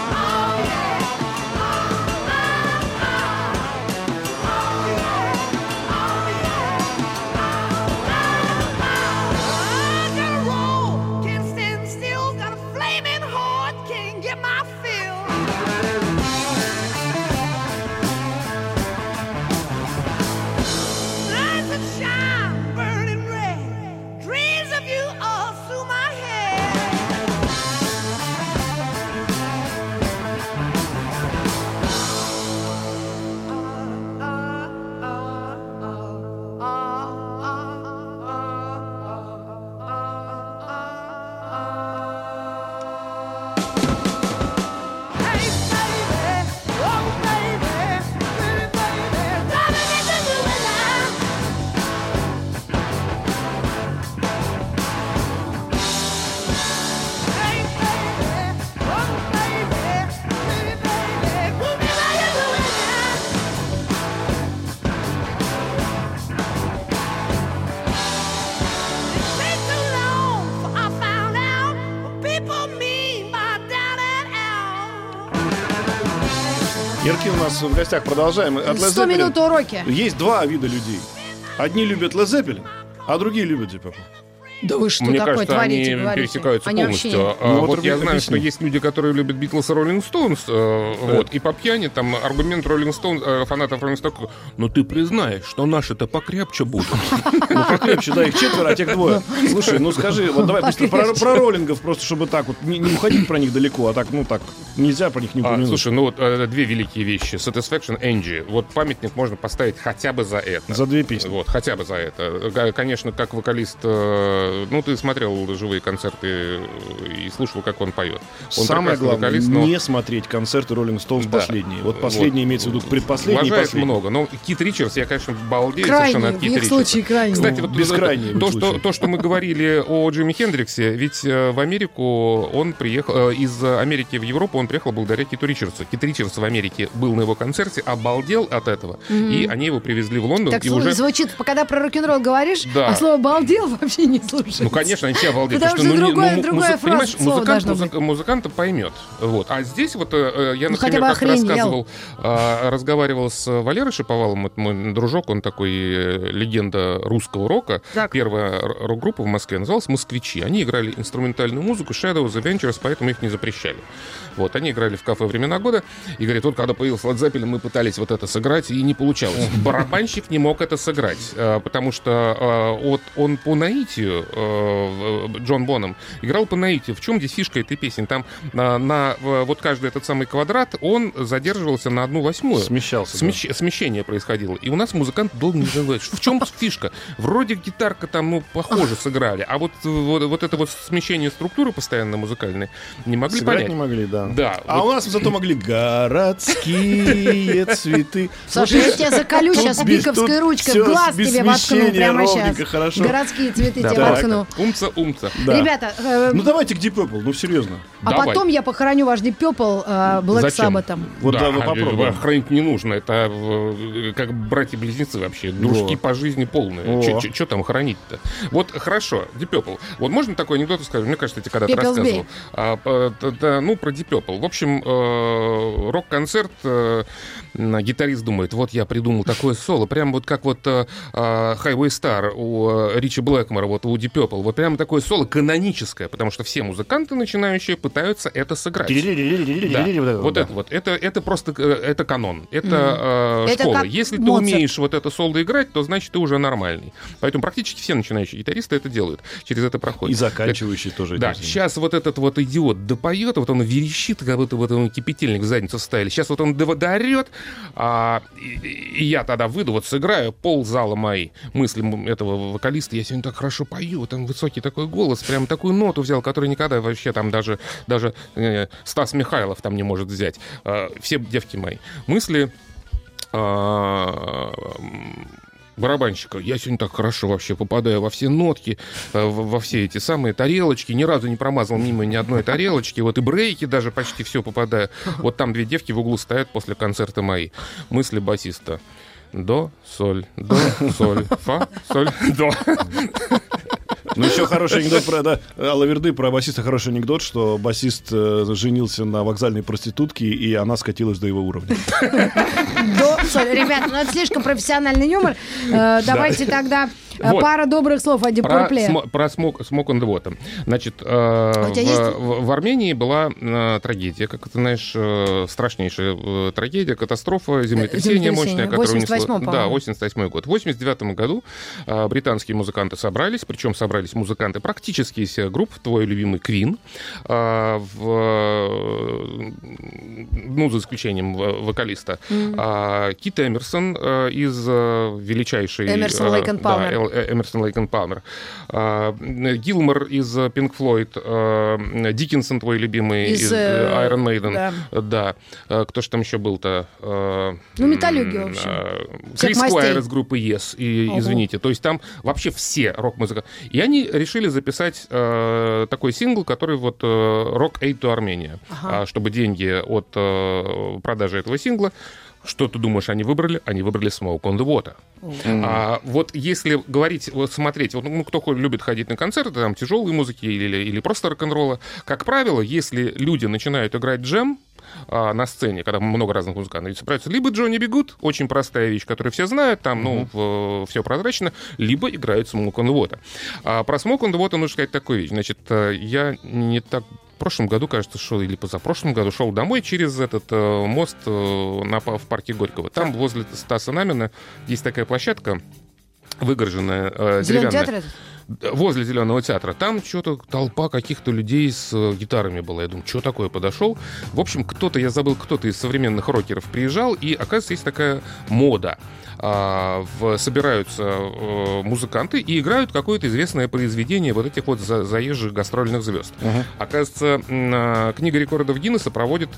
Speaker 3: Яркин у нас в гостях, продолжаем. От Led
Speaker 2: сто
Speaker 3: Zeppelin
Speaker 2: минут уроки.
Speaker 3: Есть два вида людей. Одни любят Led Zeppelin, а другие любят Deep Purple.
Speaker 2: Да вы что
Speaker 4: Мне
Speaker 2: такое
Speaker 4: кажется,
Speaker 2: творите,
Speaker 4: они
Speaker 2: говорите?
Speaker 4: пересекаются
Speaker 2: Они
Speaker 4: полностью.
Speaker 2: вообще...
Speaker 4: А,
Speaker 3: Ну,
Speaker 4: вот
Speaker 3: вот
Speaker 4: я
Speaker 3: объясни.
Speaker 4: знаю, что есть люди, которые любят Битлз и Роллинг Стоунс, э, вот, и по пьяни там аргумент Роллинг Стоунс, э, фанатов Роллинг Стоунс, ну ты признаешь, что наши-то покрепче будут.
Speaker 3: Ну, покрепче, да, их четверо, а тех двое. Слушай, ну скажи, вот давай быстро про, про роллингов, просто чтобы так вот, не, не уходить про них далеко, а так, ну так, нельзя про них не
Speaker 4: А,
Speaker 3: упомянуть.
Speaker 4: слушай, ну вот э, две великие вещи. Satisfaction, Angie. Вот памятник можно поставить хотя бы за это.
Speaker 3: За две песни.
Speaker 4: Вот, хотя бы за это. Г- Конечно, как вокалист, э, ну ты смотрел живые концерты и слушал, как он поет. Он
Speaker 3: Самое
Speaker 4: прекрасный
Speaker 3: главное,
Speaker 4: вокалист, но...
Speaker 3: не смотреть концерты Роллинг Стоунс
Speaker 4: Да.
Speaker 3: последние. Вот последние
Speaker 4: Вот.
Speaker 3: имеется в виду предпоследний и
Speaker 4: Уважает
Speaker 3: последний.
Speaker 4: много. Но Кит Ричардс, я, конечно, балдею
Speaker 2: Крайний,
Speaker 4: совершенно от
Speaker 2: в
Speaker 4: Кита
Speaker 2: их
Speaker 4: Ричардса.
Speaker 2: случае крайний.
Speaker 4: Кстати,
Speaker 3: Ну,
Speaker 4: вот
Speaker 3: бескрайний в их
Speaker 4: то, что,
Speaker 3: случае.
Speaker 4: то, что мы говорили о Джимми Хендриксе, ведь э, в Америку он приехал, э, из Америки в Европу он приехал благодаря Киту Ричардсу. Кит Ричардс в Америке был на его концерте, обалдел от этого, и они его привезли в Лондон.
Speaker 2: Так
Speaker 4: и уже...
Speaker 2: звучит, когда про рок-н-ролл говоришь,
Speaker 4: Да.
Speaker 2: а слово «балдел» вообще не слушается.
Speaker 4: Ну, конечно, они все обалдеют.
Speaker 2: Потому
Speaker 4: потому
Speaker 2: что
Speaker 4: ну, не-
Speaker 2: другое-
Speaker 4: ну,
Speaker 2: другая
Speaker 4: музы-
Speaker 2: фраза,
Speaker 4: понимаешь,
Speaker 2: слово
Speaker 4: музыкант,
Speaker 2: должно
Speaker 4: музыка- музыканта поймет. Вот. А здесь вот э, я,
Speaker 2: Ну, хотя
Speaker 4: например,
Speaker 2: бы
Speaker 4: как-то
Speaker 2: охренел.
Speaker 4: рассказывал, э, разговаривал с Валерой Шиповаловым, это мой дружок, он такой э, легенда русского рока.
Speaker 2: Так.
Speaker 4: Первая р- рок-группа в Москве называлась «Москвичи». Они играли инструментальную музыку, Shadow, The Ventures, поэтому их не запрещали. Вот, они играли в кафе «Времена года», и говорит, вот когда появился Led Zeppelin, мы пытались вот это сыграть, и не получалось. Барабанщик не мог это сыграть, э, потому что э, вот он по наитию, э, Джон Бонном, играл по наитию. В чем здесь фишка этой песни? Там на, на в- вот каждый этот самый квадрат, он задерживался на одну восьмую.
Speaker 3: Смещался, да.
Speaker 4: Смещ- Смещение происходило. И у нас музыкант долго не знает, в чем фишка. Вроде гитарка там, ну, похоже сыграли, а вот, вот, вот это вот смещение структуры постоянно музыкальной не могли
Speaker 3: Сыграть
Speaker 4: понять.
Speaker 3: не могли, да.
Speaker 4: Да,
Speaker 3: А
Speaker 4: вот-
Speaker 3: у нас зато могли городские цветы.
Speaker 2: Слушай, я тебя заколю
Speaker 3: Тут
Speaker 2: сейчас
Speaker 3: без-
Speaker 2: биковской
Speaker 3: тут
Speaker 2: ручкой,
Speaker 3: всё
Speaker 2: в глаз
Speaker 3: без
Speaker 2: тебе воткну
Speaker 3: смещения,
Speaker 2: прямо
Speaker 3: ровненько,
Speaker 2: сейчас.
Speaker 3: хорошо.
Speaker 2: Городские цветы
Speaker 4: Да,
Speaker 2: тебе
Speaker 4: так.
Speaker 2: воткну.
Speaker 4: Умца, умца.
Speaker 3: Да.
Speaker 2: Ребята, э,
Speaker 3: Ну давайте к Deep Purple, ну серьезно.
Speaker 2: а
Speaker 4: давай.
Speaker 2: потом я похороню ваш Deep Purple э, Black
Speaker 4: Зачем?
Speaker 2: Sabbath.
Speaker 3: Вот да, вы
Speaker 4: а,
Speaker 3: попробуем.
Speaker 4: Хранить не нужно. Это э, как братья-близнецы вообще. Дружки
Speaker 3: Во.
Speaker 4: по жизни полные.
Speaker 3: Во.
Speaker 4: Что там хранить-то? Вот хорошо, Deep Purple. Вот можно такой анекдот сказать? Мне кажется, я тебе когда-то
Speaker 2: Пепел
Speaker 4: рассказывал.
Speaker 2: сбей.
Speaker 4: А, по- т- да, ну, про Deep Purple. В общем, э, рок-концерт, э, гитарист думает, вот я придумал такое соло, прям вот как вот э, э, Highway Star у э, Ричи Блэкмора, вот у Deep Purple. Вот прям такое соло каноническое, потому что все музыканты начинающие пытаются это сыграть. Да, вот это вот, это, это просто, э, это канон, это, э,
Speaker 2: Это
Speaker 4: школа.
Speaker 2: как
Speaker 4: Если ты
Speaker 2: Моцарт.
Speaker 4: умеешь вот это соло играть, то значит ты уже нормальный. Поэтому практически все начинающие гитаристы это делают, через это проходят.
Speaker 3: И заканчивающий тоже.
Speaker 4: Да,
Speaker 3: этим.
Speaker 4: сейчас вот этот вот идиот допоет, вот он верещит, как будто вот он кипятильник в задницу ставили. Сейчас вот он доорет, а, и, и я тогда выйду, вот сыграю, ползала мои мысли м- этого вокалиста. Я сегодня так хорошо пою, там высокий такой голос, прям такую ноту взял, которую никогда вообще там даже, даже э, Стас Михайлов там не может взять. А, все девки мои. Мысли... а, барабанщика. Я сегодня так хорошо вообще попадаю во все нотки, э, во, во все эти самые тарелочки. Ни разу не промазал мимо ни одной тарелочки. Вот и брейки даже почти все попадаю. Вот там две девки в углу стоят после концерта мои. Мысли басиста. До, соль, до, соль, фа, соль, до.
Speaker 3: Ну, еще хороший анекдот про да, Алла Верды, про басиста хороший анекдот, что басист э, женился на вокзальной проститутке, и она скатилась до его уровня.
Speaker 2: До- Соль, ребята, ну это слишком профессиональный юмор. Э, Давайте тогда э,
Speaker 4: Вот.
Speaker 2: пара добрых слов о Deep
Speaker 4: Про,
Speaker 2: Purple.
Speaker 4: смо- про смок, смок and Water. Значит, э,
Speaker 2: у тебя
Speaker 4: в,
Speaker 2: есть?
Speaker 4: в- в Армении была э, трагедия, как ты знаешь, э, страшнейшая э, трагедия, катастрофа, землетрясение
Speaker 2: Землетрясение.
Speaker 4: мощное, которое
Speaker 2: восемьдесят восьмом,
Speaker 4: унесло... Да,
Speaker 2: по-моему.
Speaker 4: восемьдесят восьмой год. В восемьдесят девятом году э, британские музыканты собрались, причем собрались музыканты практически из всех групп, твой любимый Queen, э, в, э, ну, за исключением в- вокалиста, а Кит Эмерсон э, из э, величайшей...
Speaker 2: Эмерсон,
Speaker 4: э,
Speaker 2: Лейк энд
Speaker 4: да,
Speaker 2: Палмер.
Speaker 4: Эл- э, Эмерсон, Лейк энд Палмер. А, Гилмор из Pink Floyd, а, Диккенсон, твой любимый,
Speaker 2: Из,
Speaker 4: из,
Speaker 2: э,
Speaker 4: Iron Maiden.
Speaker 2: да.
Speaker 4: Да. А, кто же там еще был-то? А,
Speaker 2: Ну, металлюги,
Speaker 4: м,
Speaker 2: в общем.
Speaker 4: а,
Speaker 2: Всех
Speaker 4: Крис
Speaker 2: мастей.
Speaker 4: Сквайр из группы Yes, и,
Speaker 2: Ого.
Speaker 4: извините. То есть там вообще все рок-музыка. И они решили записать а, такой сингл, который вот а, Rock Aid to Armenia.
Speaker 2: Ага.
Speaker 4: А, чтобы деньги от а, продажи этого сингла, что ты думаешь, они выбрали? Они выбрали Smoke on the Water. А, вот если говорить, вот смотреть, вот, ну, кто любит ходить на концерты, там, тяжелой музыки или, или просто рок-н-ролла, как правило, если люди начинают играть джем, а, на сцене, когда много разных музыкантов собираются, либо Джонни Би Гуд, очень простая вещь, которую все знают, там, ну, mm-hmm. все прозрачно, либо играют Smoke on the Water. А про Smoke on the Water нужно сказать такую вещь. Значит, я не так... В прошлом году, кажется, шел, или позапрошлом году шел домой через этот э, мост э, на, в парке Горького. Там возле Стаса Намина есть такая площадка, выгороженная, э, деревянная. Возле Зеленого театра. Там что-то толпа каких-то людей с э, гитарами была. Я думаю, что такое, подошел. В общем, кто-то, я забыл, кто-то из современных рокеров приезжал, и, оказывается, есть такая мода. А, в, собираются э, музыканты и играют какое-то известное произведение вот этих вот за, заезжих гастрольных звезд. Uh-huh. Оказывается, э, книга рекордов Гиннесса проводит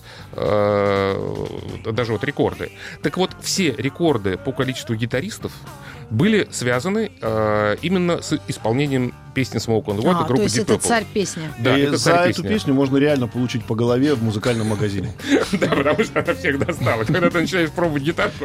Speaker 4: э, даже вот рекорды. Так вот, все рекорды по количеству гитаристов были связаны э, именно с исполнением песни Smoke on the Water
Speaker 2: а,
Speaker 4: группы
Speaker 2: то есть
Speaker 4: Deep
Speaker 2: это
Speaker 4: Purple.
Speaker 2: царь песни.
Speaker 4: Да,
Speaker 3: и
Speaker 4: это
Speaker 3: за
Speaker 4: царь
Speaker 3: эту
Speaker 4: песни.
Speaker 3: песню можно реально получить по голове в музыкальном магазине.
Speaker 4: Да, потому что она всех достала. Когда ты начинаешь пробовать гитарку...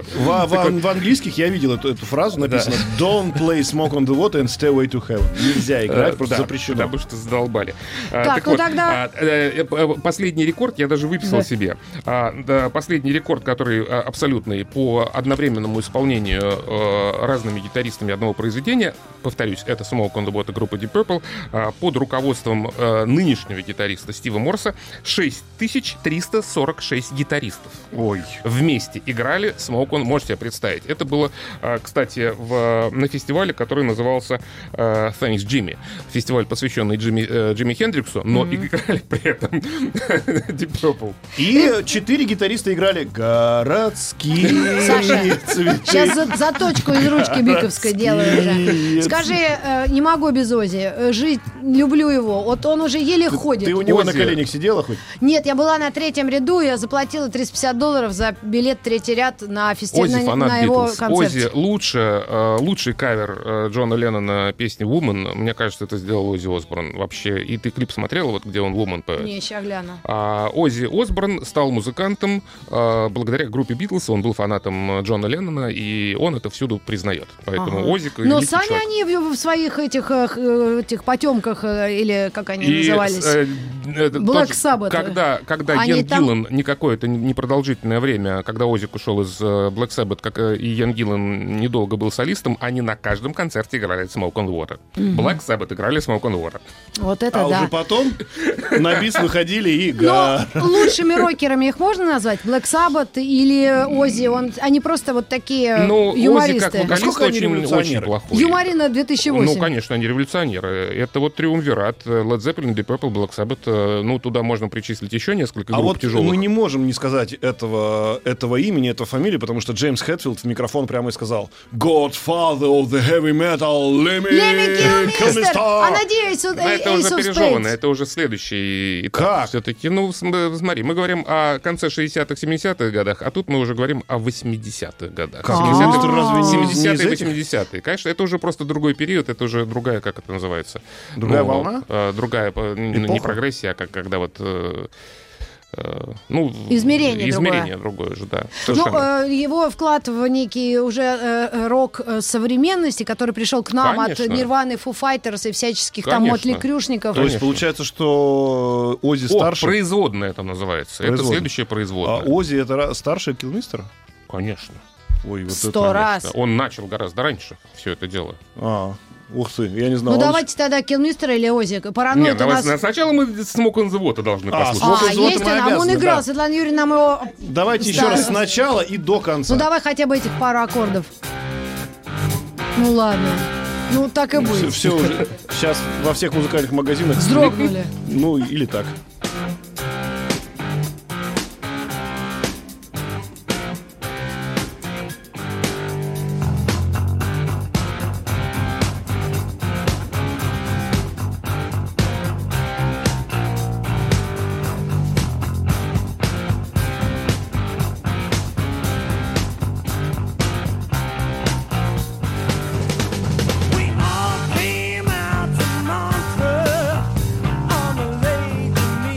Speaker 3: В английских я видел эту фразу, написано «Don't play Smoke on the Water and Stairway to Heaven». Нельзя играть, просто запрещено.
Speaker 4: Потому что задолбали.
Speaker 2: Так, ну тогда...
Speaker 4: Последний рекорд я даже выписал себе. Последний рекорд, который абсолютный по одновременному исполнению разными гитаристами одного произведения, повторюсь, это Smoke on the Water группы Deep Purple, под руководством нынешнего гитариста Стива Морса шесть тысяч триста сорок шесть гитаристов.
Speaker 3: Ой.
Speaker 4: Вместе играли Smoke on... Можете себе представить. Это было, кстати, в, на фестивале, который назывался Thanks Jimmy. Фестиваль, посвященный Джимми, Джимми Хендриксу, но mm-hmm. играли при этом Deep Purple.
Speaker 3: И четыре гитариста играли «Городские
Speaker 2: Саша,
Speaker 3: цветы».
Speaker 2: сейчас за, заточку из ручки биковской делаю уже. Скажи, э, не могу без Ози. э, Жить, люблю его. Вот он уже еле
Speaker 3: Ты,
Speaker 2: ходит.
Speaker 3: ты у него
Speaker 4: Ози.
Speaker 3: на коленях сидела хоть?
Speaker 2: Нет, я была на третьем ряду, я заплатила триста пятьдесят долларов за билет третий ряд на фестиваль,
Speaker 4: Ози
Speaker 2: на,
Speaker 4: фанат
Speaker 2: на его
Speaker 4: Битлз.
Speaker 2: концерте.
Speaker 4: Ози лучше, э, лучший кавер э, Джона Леннона песни «Woman». Мне кажется, это сделал Ози Осборн вообще. И ты клип смотрела, вот где он «Woman» поет?
Speaker 2: Не, ща гляну.
Speaker 4: А Ози Осборн стал музыкантом э, благодаря группе Битлз. Он был фанатом Джона Леннона, и он это всюду признает. Поэтому
Speaker 2: Ага.
Speaker 4: Ози...
Speaker 2: Но сами они в, в своих этих, э, этих потемках, э, или как они
Speaker 4: И,
Speaker 2: назывались,
Speaker 4: э, э,
Speaker 2: Black
Speaker 4: тоже,
Speaker 2: Sabbath.
Speaker 4: Когда, когда
Speaker 2: Они
Speaker 4: Ян
Speaker 2: там-
Speaker 4: Гиллан не какое-то непродолжительное время, когда Озик ушел из э, Black Sabbath, как э, и Ян Гиллан недолго был солистом, они на каждом концерте играли Smoke on the Water. Black Sabbath играли Smoke on the Water.
Speaker 2: вот это
Speaker 3: А
Speaker 2: да.
Speaker 3: уже потом на бис выходили и
Speaker 2: Но
Speaker 3: га.
Speaker 2: лучшими рокерами их можно назвать? Black Sabbath или Оззи? Он, они просто вот такие
Speaker 4: Ну, Оззи
Speaker 2: юмористы.
Speaker 4: как вокалист
Speaker 3: Насколько они
Speaker 4: очень, очень
Speaker 3: революционеры?
Speaker 4: плохой.
Speaker 2: Юморина две тысячи восемь.
Speaker 4: Ну, конечно, они революционеры. Это вот триумвират. Led Zeppelin, Deep Purple, Black Sabbath. Ну, туда можно причислить еще несколько
Speaker 3: А
Speaker 4: групп
Speaker 3: вот
Speaker 4: тяжелых.
Speaker 3: мы не можем не сказать этого, этого имени, этого фамилии, потому что Джеймс Хэтфилд в микрофон прямо и сказал «Godfather of the heavy metal, Lemmy
Speaker 2: Лемми Килмистер!
Speaker 3: Kilmister».
Speaker 2: А надеюсь, вот
Speaker 4: Но это уже
Speaker 2: Ace of
Speaker 4: пережевано,
Speaker 2: Spades.
Speaker 4: это уже следующий этап.
Speaker 3: Как?
Speaker 4: Все-таки, ну, см- смотри, мы говорим о конце шестидесятых, семидесятых годах, а тут мы уже говорим о восьмидесятых годах.
Speaker 3: Как?
Speaker 4: семидесятые,
Speaker 3: Килмистер разве не- не из
Speaker 4: семидесятые,
Speaker 3: этих?
Speaker 4: восьмидесятые. Конечно, это уже просто другой период, это уже другая, как это называется?
Speaker 3: Другая
Speaker 4: Ну,
Speaker 3: волна?
Speaker 4: э, Другая, э, не не
Speaker 3: Эпоха?
Speaker 4: прогрессия, а как, когда вот... э, э, ну,
Speaker 2: Измерение
Speaker 4: измерение другое же, да.
Speaker 2: Ну,
Speaker 4: Совершенно.
Speaker 2: э, его вклад в некий уже э, рок э, современности, который пришел к нам
Speaker 4: Конечно.
Speaker 2: от Нирваны, Foo Fighters и всяческих там
Speaker 4: Конечно.
Speaker 2: Мотли Крюшников.
Speaker 3: То есть
Speaker 4: Конечно.
Speaker 3: получается, что Оззи
Speaker 4: О,
Speaker 3: старше,
Speaker 4: производная это называется. Это
Speaker 3: Производная.
Speaker 4: следующее
Speaker 3: а
Speaker 4: производное.
Speaker 3: Оззи это ра- старше Килмистера?
Speaker 4: Конечно.
Speaker 3: Ой, вот
Speaker 2: Сто
Speaker 3: это...
Speaker 2: раз.
Speaker 4: Да, Он начал гораздо раньше все это дело.
Speaker 3: А, ух ты, я не знал.
Speaker 2: Ну
Speaker 3: Он-
Speaker 2: давайте тогда Килмистера или Оззи. Параноид
Speaker 4: Нет,
Speaker 2: у
Speaker 4: давай
Speaker 2: нас...
Speaker 4: сна- сначала мы Smoke on the Water должны
Speaker 3: А,
Speaker 4: послушать.
Speaker 3: Smoke
Speaker 2: А,
Speaker 3: on the Water
Speaker 2: есть
Speaker 3: мы
Speaker 2: он, а он
Speaker 3: обязаны,
Speaker 2: играл.
Speaker 3: да.
Speaker 2: Светлана Юрьевна нам его...
Speaker 3: Давайте еще
Speaker 2: Да.
Speaker 3: раз сначала и до конца.
Speaker 2: Ну давай хотя бы этих пару аккордов. Ну ладно. Ну так и
Speaker 3: Все,
Speaker 2: будет.
Speaker 3: все уже. Сейчас во всех музыкальных магазинах.
Speaker 2: Вздрогнули.
Speaker 3: Ну, или так.
Speaker 6: We all came out to Montreux on the lake to meet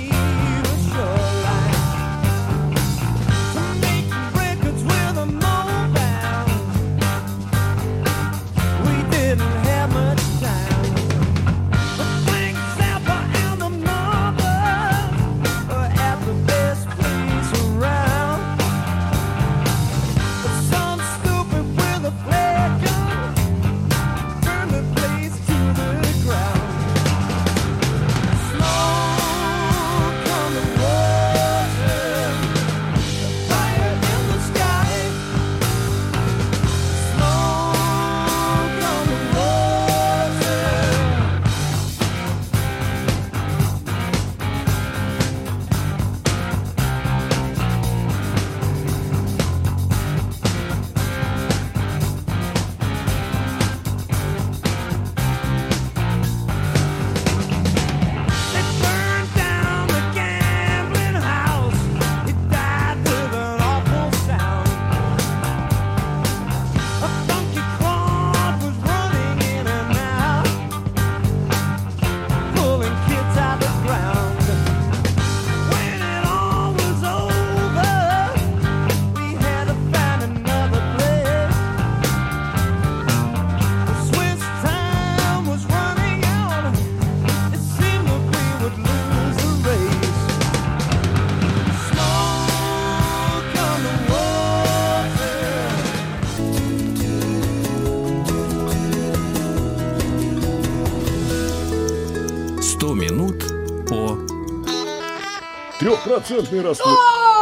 Speaker 3: Трехпроцентный раствор.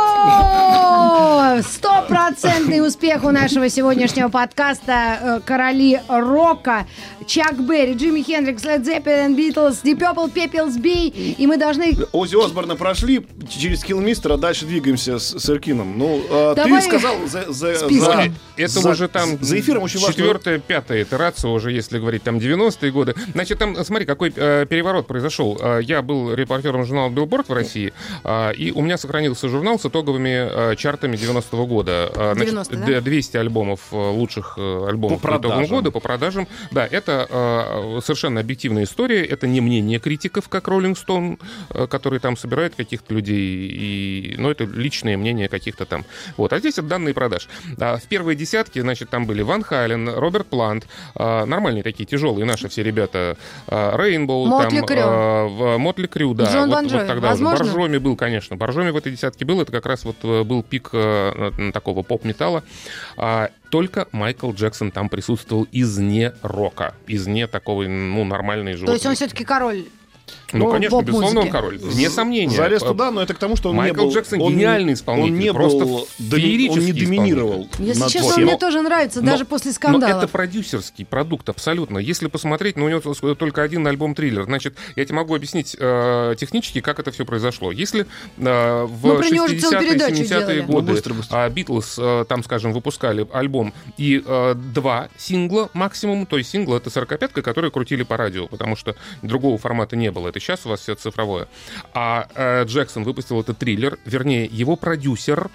Speaker 2: Стопроцентный успех у нашего сегодняшнего подкаста «Короли рока». Чак Берри, Джимми Хендрикс, Лед Зеппелин, Битлз, Deep Purple, Пепелс Бей. И мы должны...
Speaker 3: Оззи Осборна прошли через Киллмистер, а дальше двигаемся с, с Иркином. Ну, а
Speaker 2: Давай
Speaker 3: ты сказал за, за,
Speaker 2: списком.
Speaker 4: Это
Speaker 3: за,
Speaker 4: уже там
Speaker 3: за эфиром очень важно.
Speaker 4: Четвертая, пятая итерация уже, если говорить, там девяностые годы. Значит, там, смотри, какой э, переворот произошел. Э, я был репортером журнала Billboard в России, э, и у меня сохранился журнал с итоговыми э, чартами девяностого года. Э, значит,
Speaker 2: да?
Speaker 4: двести альбомов э, лучших э, альбомов по итоговому году по продажам. Да, это э, совершенно объективная история. Это не мнение критиков, как Rolling Stone, э, которые там собирают каких-то людей, и, ну, это личное мнение каких-то там. Вот. А здесь это данные продаж. А в первые десятки, значит, там были Ван Хален, Роберт Плант, э, нормальные такие тяжелые наши все ребята, Рейнбоу,
Speaker 2: Мотли Крю.
Speaker 4: Мотли Крю, да.
Speaker 2: Джон
Speaker 4: вот,
Speaker 2: Бон Джови.
Speaker 4: Вот тогда
Speaker 2: Возможно?
Speaker 4: уже Боржоми был, конечно. Боржоми в этой десятке был. Это как раз вот был пик э, такого поп-металла. А, только Майкл Джексон там присутствовал из не рока, из не такого, ну, нормальной животной.
Speaker 2: То есть он все-таки король.
Speaker 4: Ну,
Speaker 2: Ну,
Speaker 4: конечно,
Speaker 2: поп-музыки.
Speaker 4: безусловно, он король. Вне сомнения.
Speaker 3: Залез туда, но это к тому, что он
Speaker 4: Майкл
Speaker 3: не был...
Speaker 4: Джексон
Speaker 3: он,
Speaker 4: гениальный исполнитель.
Speaker 3: Он не
Speaker 4: просто
Speaker 3: был... доми-
Speaker 4: феерический
Speaker 3: он не доминировал.
Speaker 2: Если
Speaker 3: над
Speaker 2: честно, он
Speaker 3: всем.
Speaker 2: мне тоже нравится, даже
Speaker 4: Но-
Speaker 2: после
Speaker 4: Но
Speaker 2: скандалов.
Speaker 4: это продюсерский продукт, абсолютно. Если посмотреть, ну, у него только один альбом «Триллер». Значит, я тебе могу объяснить э, технически, как это все произошло. Если э, в
Speaker 2: Мы про него же целую
Speaker 4: шестидесятые,
Speaker 2: передачу
Speaker 4: семидесятые
Speaker 2: делали.
Speaker 3: Ну,
Speaker 4: годы
Speaker 3: быстро, быстро.
Speaker 4: а, Битлз, э, там, скажем, выпускали альбом и э, два сингла максимум, то есть сингл — это сорокопятка, которые крутили по радио, потому что другого формата не было. Это сейчас у вас все цифровое. А э, Джексон выпустил этот «Триллер», вернее, его продюсер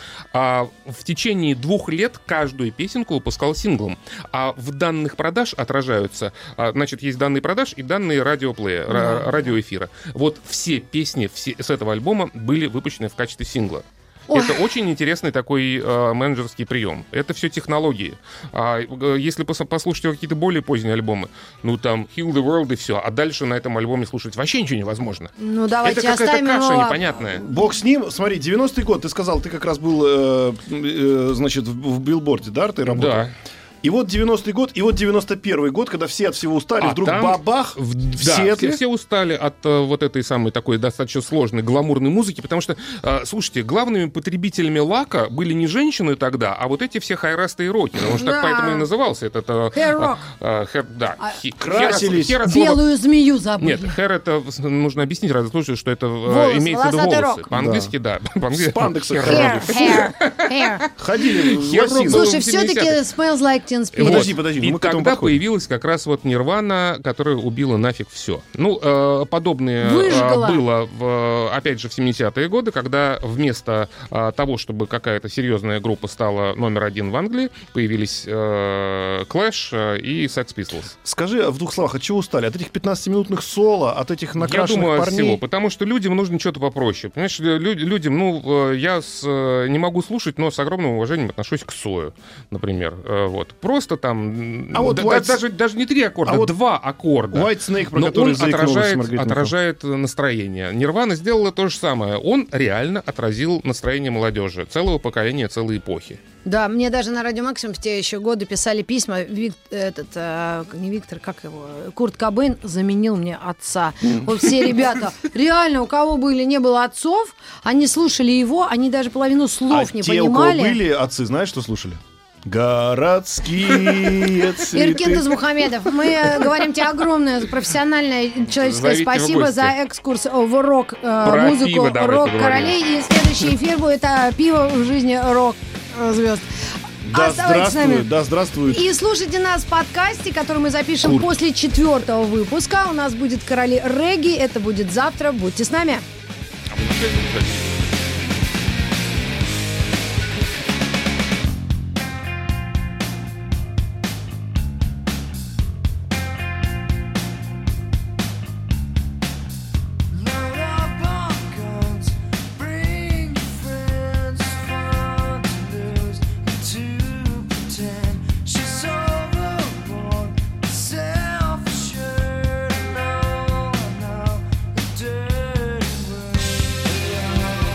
Speaker 4: а, в течение двух лет каждую песенку выпускал синглом. А в данных продаж отражаются, а, значит, есть данные продаж и данные радиоплея, ра- радиоэфира. Вот все песни все, с этого альбома были выпущены в качестве сингла.
Speaker 2: Ой.
Speaker 4: Это очень интересный такой э, менеджерский прием. Это все технологии. А, э, если пос- послушать его какие-то более поздние альбомы, ну там Heal the World и все, а дальше на этом альбоме слушать вообще ничего невозможно.
Speaker 2: Ну, давайте
Speaker 4: Это какая-то
Speaker 2: оставим
Speaker 4: каша
Speaker 2: его...
Speaker 4: непонятная.
Speaker 3: Бог с ним. Смотри, девяностый год, ты сказал, ты как раз был, э, э, значит, в, в билборде, да, ты работал?
Speaker 4: Да.
Speaker 3: И вот девяностый год, и вот девяносто первый год, когда все от всего устали,
Speaker 4: А
Speaker 3: вдруг
Speaker 4: там
Speaker 3: бабах,
Speaker 4: В-
Speaker 3: в
Speaker 4: да,
Speaker 3: Сиэтле.
Speaker 4: все, все устали от э, вот этой самой такой достаточно сложной гламурной музыки, потому что, э, слушайте, главными потребителями лака были не женщины тогда, а вот эти все хайресты и роки, потому что
Speaker 2: Да.
Speaker 4: так поэтому и назывался этот... э,
Speaker 2: Hair-rock.
Speaker 4: э, э, hair- да.
Speaker 2: А-
Speaker 4: Хи-
Speaker 3: Красились.
Speaker 4: хер от слова-
Speaker 2: Белую змею забыли.
Speaker 4: Нет, hair — это нужно объяснить радиослушателю, что это э,
Speaker 2: Волос,
Speaker 4: имеется в виду
Speaker 2: волосатый
Speaker 4: волосы.
Speaker 2: рок.
Speaker 4: По-английски, да. По-английски
Speaker 3: Спандекса
Speaker 4: hair
Speaker 3: hair.
Speaker 4: rock.
Speaker 2: Hair, hair, hair.
Speaker 3: Ходили в
Speaker 4: Hair-rock
Speaker 3: лосинах.
Speaker 4: был
Speaker 2: Слушай,
Speaker 4: в
Speaker 2: все-таки
Speaker 4: семидесятых.
Speaker 2: smells like Teen Spirit.
Speaker 3: Подожди, подожди,
Speaker 4: И
Speaker 3: мы к этому
Speaker 4: тогда
Speaker 3: подходим.
Speaker 4: появилась как раз вот Нирвана, которая убила нафиг все. Ну, э, подобное э,
Speaker 2: Выжгла.
Speaker 4: было, в, опять же, в семидесятые годы, когда вместо э, того, чтобы какая-то серьезная группа стала номер один в Англии, появились э, Clash э, и Sex Pistols.
Speaker 3: Скажи в двух словах, от чего устали? От этих пятнадцатиминутных соло, от этих
Speaker 4: Я
Speaker 3: накрашенных
Speaker 4: думаю, от
Speaker 3: парней?
Speaker 4: всего, потому что людям нужно что-то попроще. Понимаешь, лю- людям, ну, э, я с, э, не могу слушать, но с огромным уважением отношусь к Сою, например. Э, Вот. Просто там...
Speaker 3: А вот
Speaker 4: да-
Speaker 3: White-
Speaker 4: даже, даже не три аккорда,
Speaker 3: а вот
Speaker 4: два аккорда.
Speaker 3: White Snake, про
Speaker 4: Но
Speaker 3: который
Speaker 4: он
Speaker 3: заикнулась
Speaker 4: отражает,
Speaker 3: Маргарита Михайловна.
Speaker 4: отражает настроение. Нирвана сделала то же самое. Он реально отразил настроение молодежи. Целого поколения, целой эпохи.
Speaker 2: Да, мне даже на Радио Максимум в те еще годы писали письма. Вик- этот, э, не Виктор, как его? Курт Кобейн заменил мне отца. Вот все ребята, реально, у кого были, не было отцов, они слушали его, они даже половину слов
Speaker 3: а
Speaker 2: не
Speaker 3: те,
Speaker 2: понимали.
Speaker 3: у кого были отцы, знаешь, что слушали? Городские цветы.
Speaker 2: Иркин Мухамедов, мы э, говорим тебе огромное профессиональное человеческое
Speaker 4: Зовите в
Speaker 2: спасибо
Speaker 4: гости.
Speaker 2: за экскурс в рок, э,
Speaker 4: Про
Speaker 2: музыку
Speaker 4: пиво давай
Speaker 2: рок-королей. И следующий эфир будет а, пиво в жизни рок-звезд.
Speaker 3: Да
Speaker 2: Оставайтесь с нами.
Speaker 3: здравствует, да здравствует.
Speaker 2: И слушайте нас в подкасте, который мы запишем
Speaker 3: Курт.
Speaker 2: после четвертого выпуска. У нас будет «Короли регги». Это будет завтра. Будьте с нами.
Speaker 6: Load up on guns, bring your friends, fun to lose and to pretend she's overboard, self-assured. No, no, a dirty word.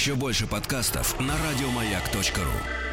Speaker 1: Еще больше подкастов на радиомаяк точка ру.